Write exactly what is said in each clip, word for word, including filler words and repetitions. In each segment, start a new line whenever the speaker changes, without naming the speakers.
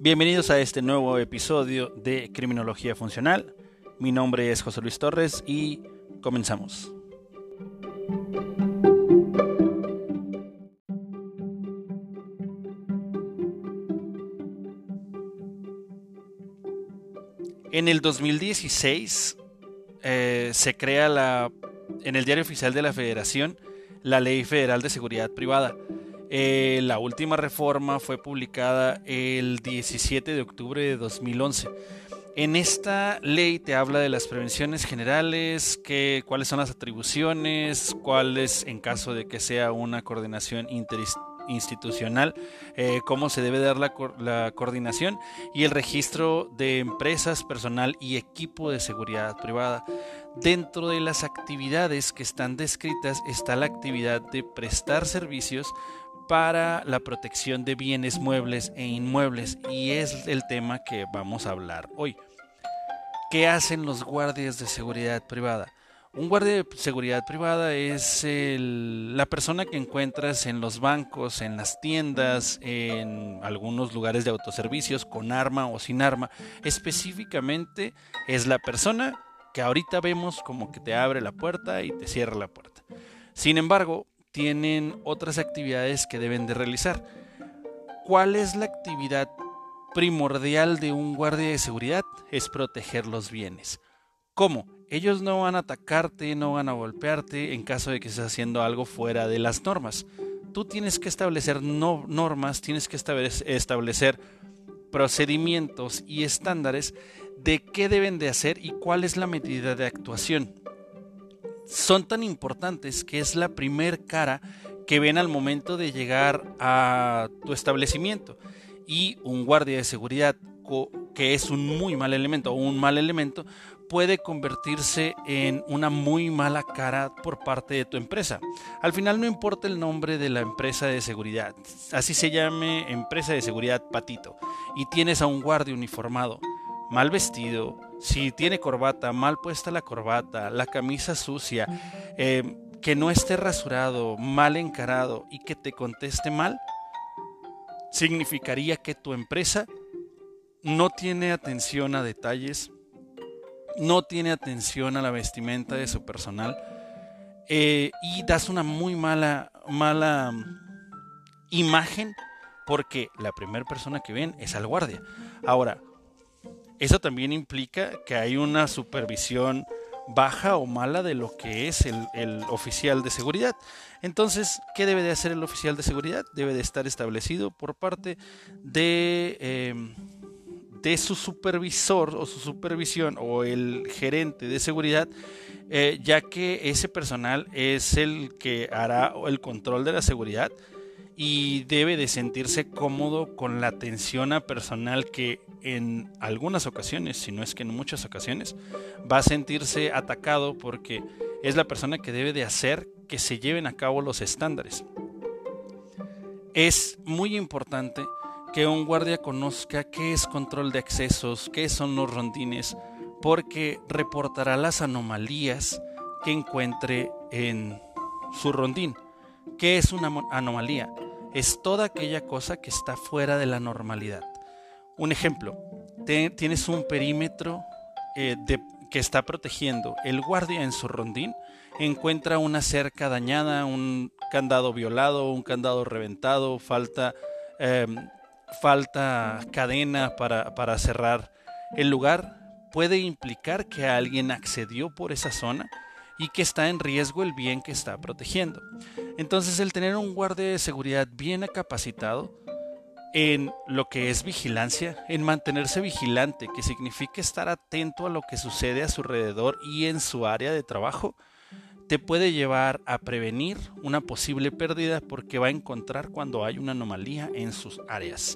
Bienvenidos a este nuevo episodio de Criminología Funcional. Mi nombre es José Luis Torres y comenzamos. En el dos mil dieciséis eh, se crea la, en el Diario Oficial de la Federación la Ley Federal de Seguridad Privada. Eh, la última reforma fue publicada el diecisiete de octubre de dos mil once. En esta ley te habla de las prevenciones generales, que, cuáles son las atribuciones, cuáles en caso de que sea una coordinación interinstitucional, eh, cómo se debe dar la, la coordinación y el registro de empresas, personal y equipo de seguridad privada. Dentro de las actividades que están descritas está la actividad de prestar servicios para la protección de bienes muebles e inmuebles, y es el tema que vamos a hablar hoy. ¿Qué hacen los guardias de seguridad privada? Un guardia de seguridad privada es el, la persona que encuentras en los bancos, en las tiendas, en algunos lugares de autoservicios, con arma o sin arma. Específicamente es la persona que ahorita vemos como que te abre la puerta y te cierra la puerta. Sin embargo, tienen otras actividades que deben de realizar. ¿Cuál es la actividad primordial de un guardia de seguridad? Es proteger los bienes. ¿Cómo? Ellos no van a atacarte, no van a golpearte en caso de que estés haciendo algo fuera de las normas. Tú tienes que establecer no, normas, tienes que establecer procedimientos y estándares de qué deben de hacer y cuál es la medida de actuación. Son tan importantes que es la primer cara que ven al momento de llegar a tu establecimiento, y un guardia de seguridad que es un muy mal elemento o un mal elemento puede convertirse en una muy mala cara por parte de tu empresa. Al final no importa el nombre de la empresa de seguridad, así se llame empresa de seguridad Patito, y tienes a un guardia uniformado, mal vestido, si tiene corbata, mal puesta la corbata, la camisa sucia, eh, que no esté rasurado, mal encarado y que te conteste mal, significaría que tu empresa no tiene atención a detalles, no tiene atención a la vestimenta de su personal, eh, y das una muy mala, mala imagen, porque la primera persona que ven es al guardia. Ahora, eso también implica que hay una supervisión baja o mala de lo que es el, el oficial de seguridad. Entonces, ¿qué debe de hacer el oficial de seguridad? Debe de estar establecido por parte de, eh, de su supervisor o su supervisión o el gerente de seguridad, eh, ya que ese personal es el que hará el control de la seguridad y debe de sentirse cómodo con la atención a personal que en algunas ocasiones, si no es que en muchas ocasiones, va a sentirse atacado, porque es la persona que debe de hacer que se lleven a cabo los estándares. Es muy importante que un guardia conozca qué es control de accesos, qué son los rondines, porque reportará las anomalías que encuentre en su rondín. ¿Qué es una anomalía? Es toda aquella cosa que está fuera de la normalidad. Un ejemplo, te, tienes un perímetro eh, de, que está protegiendo. El guardia en su rondín encuentra una cerca dañada, un candado violado, un candado reventado, falta, eh, falta cadena para, para cerrar el lugar. Puede implicar que alguien accedió por esa zona y que está en riesgo el bien que está protegiendo. Entonces, el tener un guardia de seguridad bien capacitado en lo que es vigilancia, en mantenerse vigilante, que significa estar atento a lo que sucede a su alrededor y en su área de trabajo, te puede llevar a prevenir una posible pérdida, porque va a encontrar cuando hay una anomalía en sus áreas.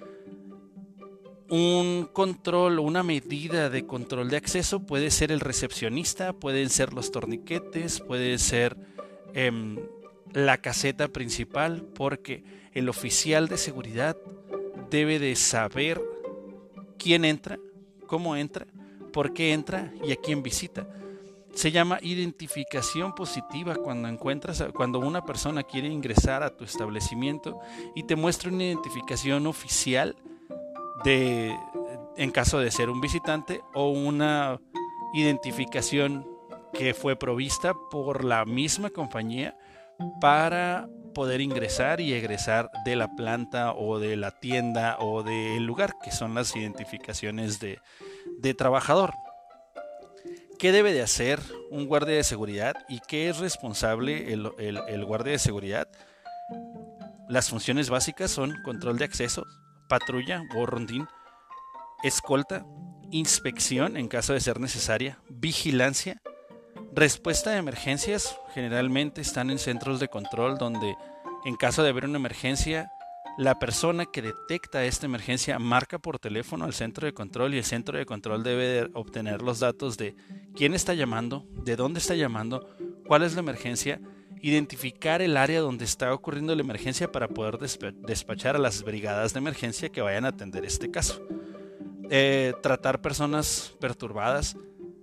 Un control o una medida de control de acceso puede ser el recepcionista, pueden ser los torniquetes, puede ser eh, la caseta principal, porque el oficial de seguridad debe de saber quién entra, cómo entra, por qué entra y a quién visita. Se llama identificación positiva cuando encuentras, cuando una persona quiere ingresar a tu establecimiento y te muestra una identificación oficial de, en caso de ser un visitante, o una identificación que fue provista por la misma compañía para poder ingresar y egresar de la planta o de la tienda o del lugar, que son las identificaciones de, de trabajador. ¿Qué debe de hacer un guardia de seguridad y qué es responsable el, el, el guardia de seguridad? Las funciones básicas son control de accesos, patrulla o rondín, escolta, inspección en caso de ser necesaria, vigilancia, respuesta de emergencias. Generalmente están en centros de control donde, en caso de haber una emergencia, la persona que detecta esta emergencia marca por teléfono al centro de control, y el centro de control debe de obtener los datos de quién está llamando, de dónde está llamando, cuál es la emergencia, identificar el área donde está ocurriendo la emergencia para poder despe- despachar a las brigadas de emergencia que vayan a atender este caso. Eh, tratar personas perturbadas.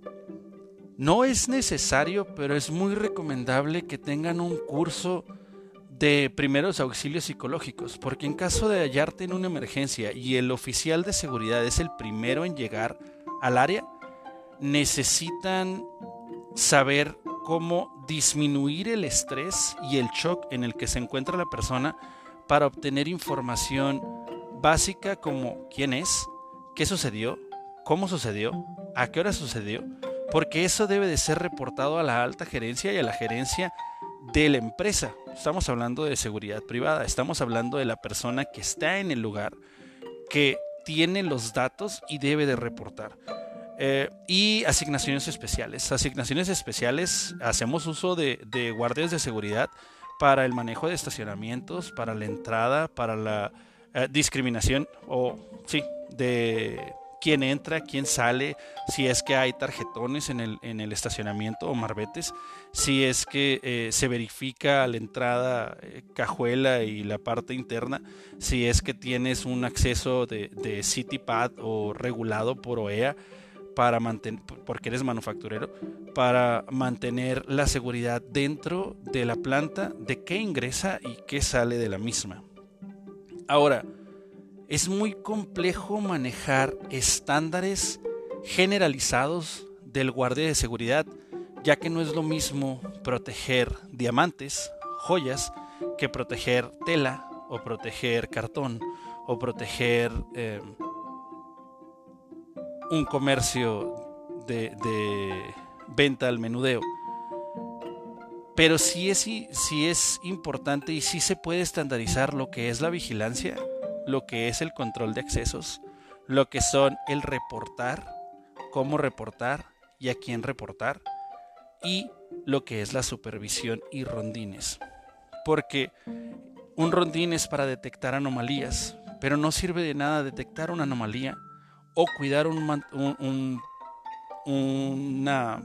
No es necesario, pero es muy recomendable que tengan un curso de primeros auxilios psicológicos, porque en caso de hallarte en una emergencia y el oficial de seguridad es el primero en llegar al área, necesitan saber cómo disminuir el estrés y el shock en el que se encuentra la persona para obtener información básica como quién es, qué sucedió, cómo sucedió, a qué hora sucedió, porque eso debe de ser reportado a la alta gerencia y a la gerencia de la empresa. Estamos hablando de seguridad privada, estamos hablando de la persona que está en el lugar, que tiene los datos y debe de reportar. Eh, y asignaciones especiales. Asignaciones especiales, hacemos uso de, de guardias de seguridad para el manejo de estacionamientos, para la entrada, para la eh, discriminación, o sí, de quién entra, quién sale, si es que hay tarjetones en el, en el estacionamiento o marbetes, si es que eh, se verifica la entrada, eh, cajuela y la parte interna, si es que tienes un acceso de, de CityPad o regulado por O E A, para mantener, porque eres manufacturero, para mantener la seguridad dentro de la planta, de qué ingresa y qué sale de la misma. Ahora, es muy complejo manejar estándares generalizados del guardia de seguridad, ya que no es lo mismo proteger diamantes, joyas, que proteger tela o proteger cartón o proteger eh, un comercio de, de venta al menudeo. Pero sí es, sí es importante y sí se puede estandarizar lo que es la vigilancia, lo que es el control de accesos, lo que son el reportar, cómo reportar y a quién reportar, y lo que es la supervisión y rondines. Porque un rondín es para detectar anomalías, pero no sirve de nada detectar una anomalía o cuidar un, un, un, una,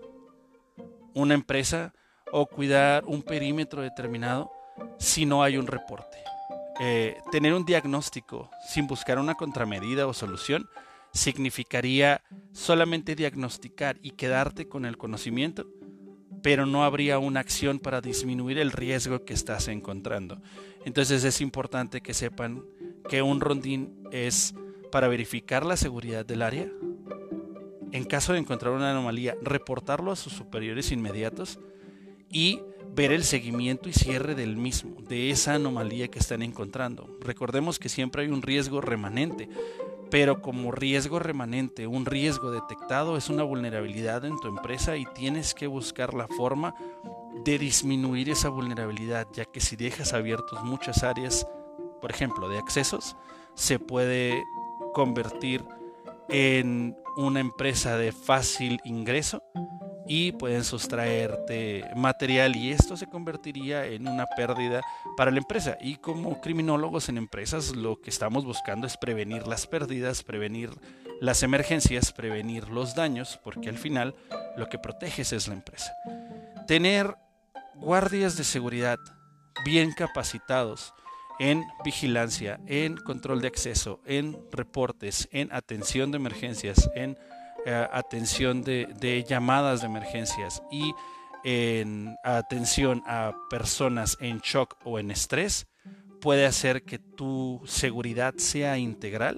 una empresa o cuidar un perímetro determinado si no hay un reporte. Eh, tener un diagnóstico sin buscar una contramedida o solución significaría solamente diagnosticar y quedarte con el conocimiento, pero no habría una acción para disminuir el riesgo que estás encontrando. Entonces es importante que sepan que un rondín es para verificar la seguridad del área, en caso de encontrar una anomalía, reportarlo a sus superiores inmediatos y ver el seguimiento y cierre del mismo, de esa anomalía que están encontrando. Recordemos que siempre hay un riesgo remanente, pero como riesgo remanente, un riesgo detectado es una vulnerabilidad en tu empresa y tienes que buscar la forma de disminuir esa vulnerabilidad, ya que si dejas abiertos muchas áreas, por ejemplo, de accesos, se puede convertir en una empresa de fácil ingreso y pueden sustraerte material, y esto se convertiría en una pérdida para la empresa. Y como criminólogos en empresas, lo que estamos buscando es prevenir las pérdidas, prevenir las emergencias, prevenir los daños, porque al final lo que proteges es la empresa. Tener guardias de seguridad bien capacitados en vigilancia, en control de acceso, en reportes, en atención de emergencias, en eh, atención de, de llamadas de emergencias y en atención a personas en shock o en estrés, puede hacer que tu seguridad sea integral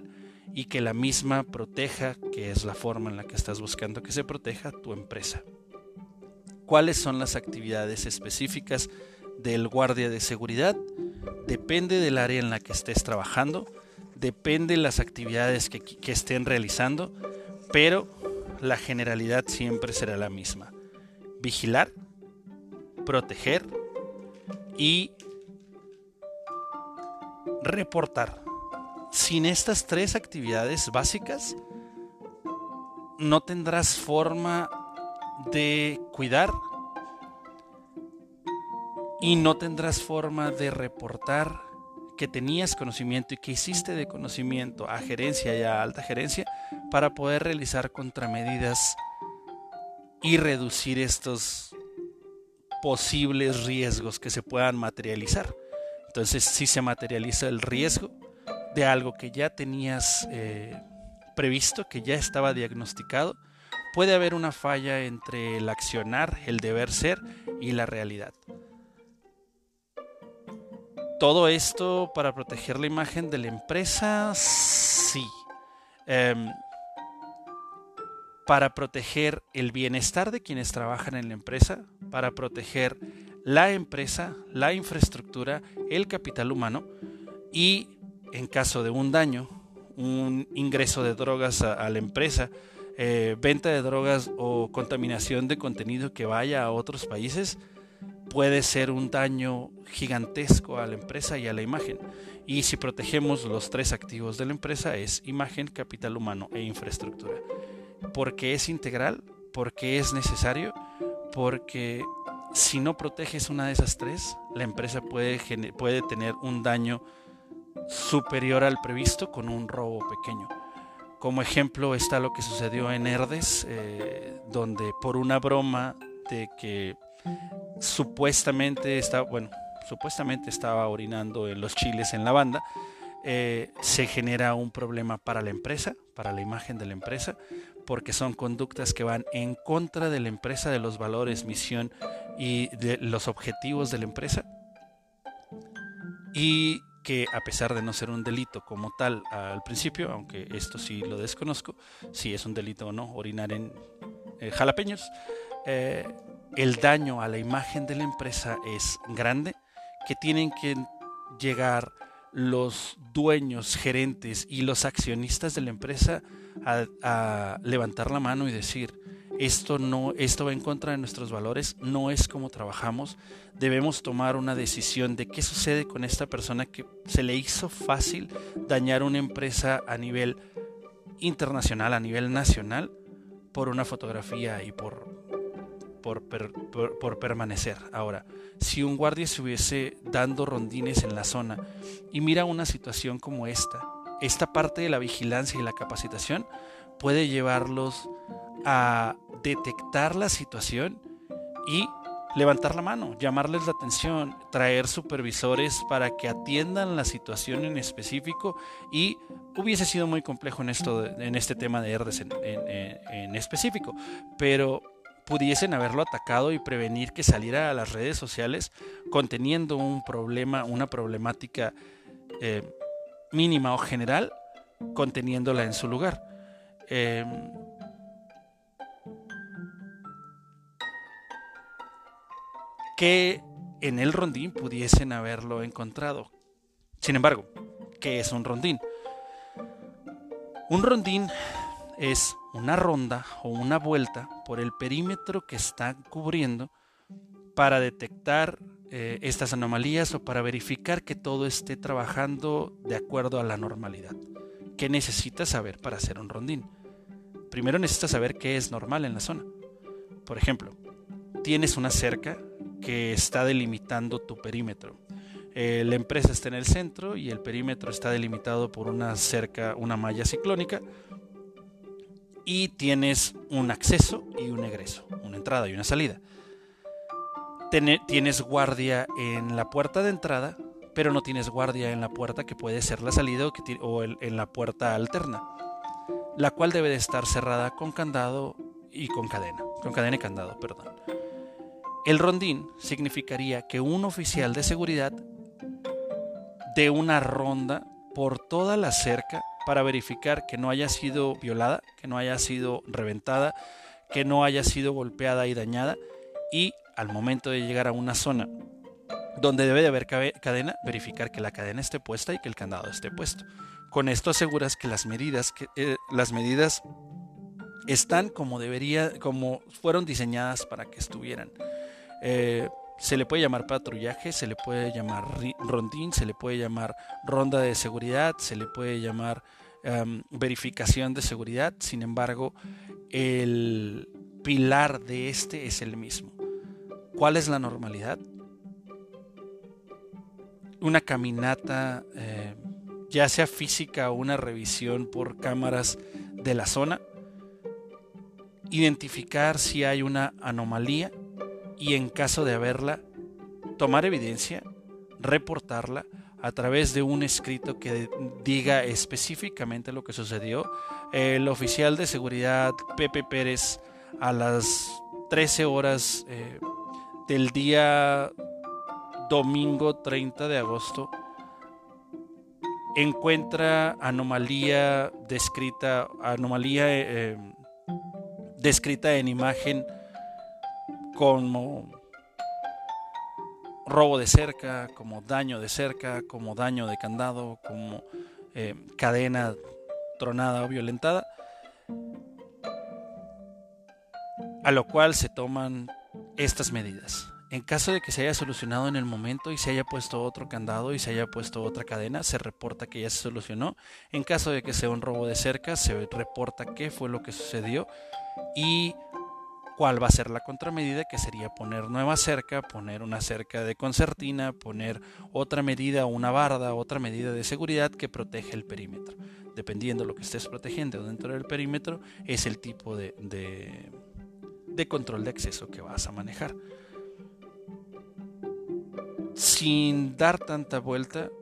y que la misma proteja, que es la forma en la que estás buscando que se proteja tu empresa. ¿Cuáles son las actividades específicas del guardia de seguridad? Depende del área en la que estés trabajando, depende de las actividades que, que estén realizando, pero la generalidad siempre será la misma: vigilar, proteger y reportar. Sin estas tres actividades básicas, no tendrás forma de cuidar y no tendrás forma de reportar que tenías conocimiento y que hiciste de conocimiento a gerencia y a alta gerencia para poder realizar contramedidas y reducir estos posibles riesgos que se puedan materializar. Entonces, si se materializa el riesgo de algo que ya tenías eh, previsto, que ya estaba diagnosticado, puede haber una falla entre el accionar, el deber ser y la realidad. ¿Todo esto para proteger la imagen de la empresa? Sí. Eh, para proteger el bienestar de quienes trabajan en la empresa, para proteger la empresa, la infraestructura, el capital humano y, en caso de un daño, un ingreso de drogas a, a la empresa, eh, venta de drogas o contaminación de contenido que vaya a otros países, puede ser un daño gigantesco a la empresa y a la imagen. Y si protegemos los tres activos de la empresa, es imagen, capital humano e infraestructura. Porque es integral, porque es necesario, porque si no proteges una de esas tres, la empresa puede, puede tener un daño superior al previsto con un robo pequeño. Como ejemplo está lo que sucedió en Herdes, eh, donde por una broma de que supuestamente estaba, bueno, supuestamente estaba orinando en los chiles en la banda, eh, se genera un problema para la empresa, para la imagen de la empresa, porque son conductas que van en contra de la empresa, de los valores, misión y de los objetivos de la empresa, y que a pesar de no ser un delito como tal al principio, aunque esto sí lo desconozco, si es un delito o no orinar en eh, jalapeños, eh, el daño a la imagen de la empresa es grande, que tienen que llegar los dueños, gerentes y los accionistas de la empresa a, a levantar la mano y decir: esto no, esto va en contra de nuestros valores, no es como trabajamos, debemos tomar una decisión de qué sucede con esta persona que se le hizo fácil dañar una empresa a nivel internacional, a nivel nacional, por una fotografía y por, por, per, por, por permanecer. Ahora, si un guardia se hubiese dando rondines en la zona y mira una situación como esta, esta parte de la vigilancia y la capacitación puede llevarlos a detectar la situación y levantar la mano, llamarles la atención, traer supervisores para que atiendan la situación en específico. Y hubiese sido muy complejo en esto, en este tema de Herdes en, en, en específico, pero pudiesen haberlo atacado y prevenir que saliera a las redes sociales conteniendo un problema, una problemática eh, mínima o general, conteniéndola en su lugar. Eh, que en el rondín pudiesen haberlo encontrado. Sin embargo, ¿qué es un rondín? Un rondín es una ronda o una vuelta por el perímetro que está cubriendo para detectar eh, estas anomalías o para verificar que todo esté trabajando de acuerdo a la normalidad. ¿Qué necesitas saber para hacer un rondín? Primero necesitas saber qué es normal en la zona. Por ejemplo, tienes una cerca que está delimitando tu perímetro. Eh, la empresa está en el centro y el perímetro está delimitado por una cerca, una malla ciclónica, y tienes un acceso y un egreso, una entrada y una salida. Ten, tienes guardia en la puerta de entrada, pero no tienes guardia en la puerta que puede ser la salida o, que o el, en la puerta alterna, la cual debe de estar cerrada con candado y con cadena, con cadena y candado, perdón. El rondín significaría que un oficial de seguridad dé una ronda por toda la cerca para verificar que no haya sido violada, que no haya sido reventada, que no haya sido golpeada y dañada, y al momento de llegar a una zona donde debe de haber cadena, verificar que la cadena esté puesta y que el candado esté puesto. Con esto aseguras que las medidas, que, eh, las medidas están como debería, como fueron diseñadas para que estuvieran. Eh, se le puede llamar patrullaje, se le puede llamar rondín, se le puede llamar ronda de seguridad, se le puede llamar um, verificación de seguridad. Sin embargo, el pilar de este es el mismo. ¿Cuál es la normalidad? Una caminata, eh, ya sea física o una revisión por cámaras de la zona, identificar si hay una anomalía y, en caso de haberla, tomar evidencia, reportarla a través de un escrito que diga específicamente lo que sucedió. El oficial de seguridad Pepe Pérez, a las trece horas eh, del día domingo treinta de agosto, encuentra anomalía descrita, anomalía eh, descrita en imagen como robo de cerca, como daño de cerca, como daño de candado, como eh, cadena tronada o violentada, a lo cual se toman estas medidas. En caso de que se haya solucionado en el momento y se haya puesto otro candado y se haya puesto otra cadena, se reporta que ya se solucionó. En caso de que sea un robo de cerca, se reporta qué fue lo que sucedió y cuál va a ser la contramedida, que sería poner nueva cerca, poner una cerca de concertina, poner otra medida, una barda, otra medida de seguridad que protege el perímetro. Dependiendo de lo que estés protegiendo dentro del perímetro, es el tipo de, de, de control de acceso que vas a manejar. Sin dar tanta vuelta,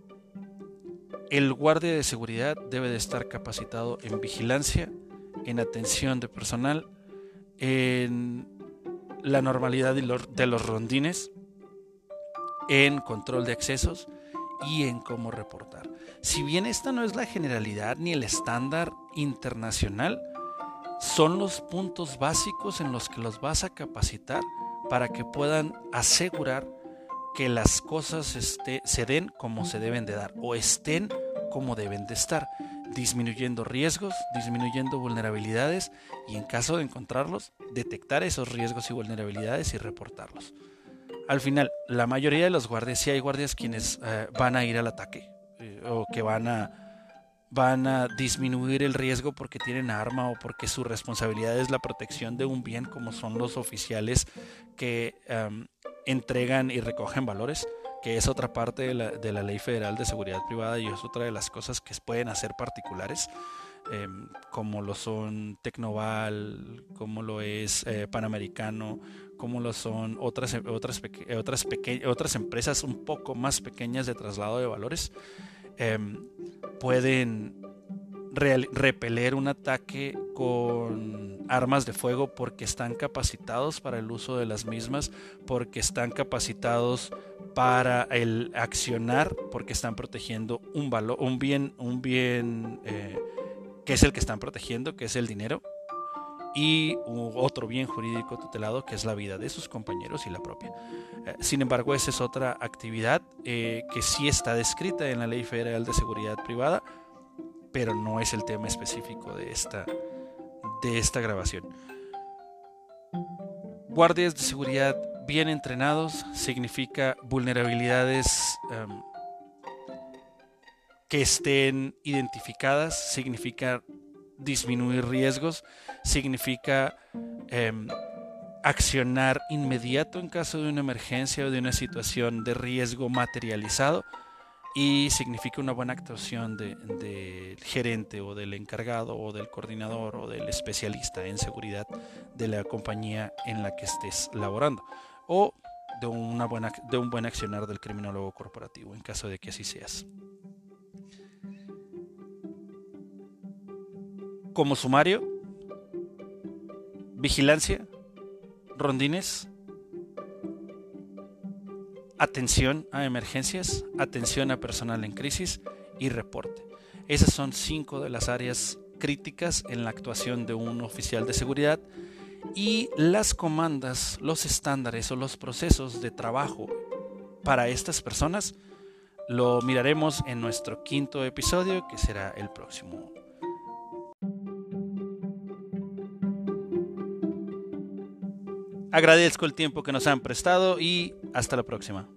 el guardia de seguridad debe de estar capacitado en vigilancia, en atención de personal, en la normalidad de los rondines, en control de accesos y en cómo reportar. Si bien esta no es la generalidad ni el estándar internacional, son los puntos básicos en los que los vas a capacitar para que puedan asegurar que las cosas este, se den como se deben de dar o estén como deben de estar, disminuyendo riesgos, disminuyendo vulnerabilidades y, en caso de encontrarlos, detectar esos riesgos y vulnerabilidades y reportarlos. Al final, la mayoría de los guardias, sí hay guardias quienes eh, van a ir al ataque eh, o que van a, van a disminuir el riesgo porque tienen arma o porque su responsabilidad es la protección de un bien, como son los oficiales que um, entregan y recogen valores, que es otra parte de la, de la Ley Federal de Seguridad Privada y es otra de las cosas que pueden hacer particulares, eh, como lo son Tecnoval, como lo es eh, Panamericano, como lo son otras, otras, peque- otras, peque- otras empresas un poco más pequeñas de traslado de valores. Eh, pueden Real, repeler un ataque con armas de fuego porque están capacitados para el uso de las mismas, porque están capacitados para el accionar, porque están protegiendo un valor, un bien, un bien eh, que es el que están protegiendo, que es el dinero, y otro bien jurídico tutelado, que es la vida de sus compañeros y la propia. Eh, sin embargo, esa es otra actividad eh, que sí está descrita en la Ley Federal de Seguridad Privada, pero no es el tema específico de esta, de esta grabación. Guardias de seguridad bien entrenados significa vulnerabilidades um, que estén identificadas, significa disminuir riesgos, significa um, accionar inmediato en caso de una emergencia o de una situación de riesgo materializado, y significa una buena actuación del de gerente o del encargado o del coordinador o del especialista en seguridad de la compañía en la que estés laborando, o de, una buena, de un buen accionar del criminólogo corporativo en caso de que así seas. Como sumario: vigilancia, rondines, atención a emergencias, atención a personal en crisis y reporte. Esas son cinco de las áreas críticas en la actuación de un oficial de seguridad, y las comandas, los estándares o los procesos de trabajo para estas personas lo miraremos en nuestro quinto episodio, que será el próximo. Agradezco el tiempo que nos han prestado y hasta la próxima.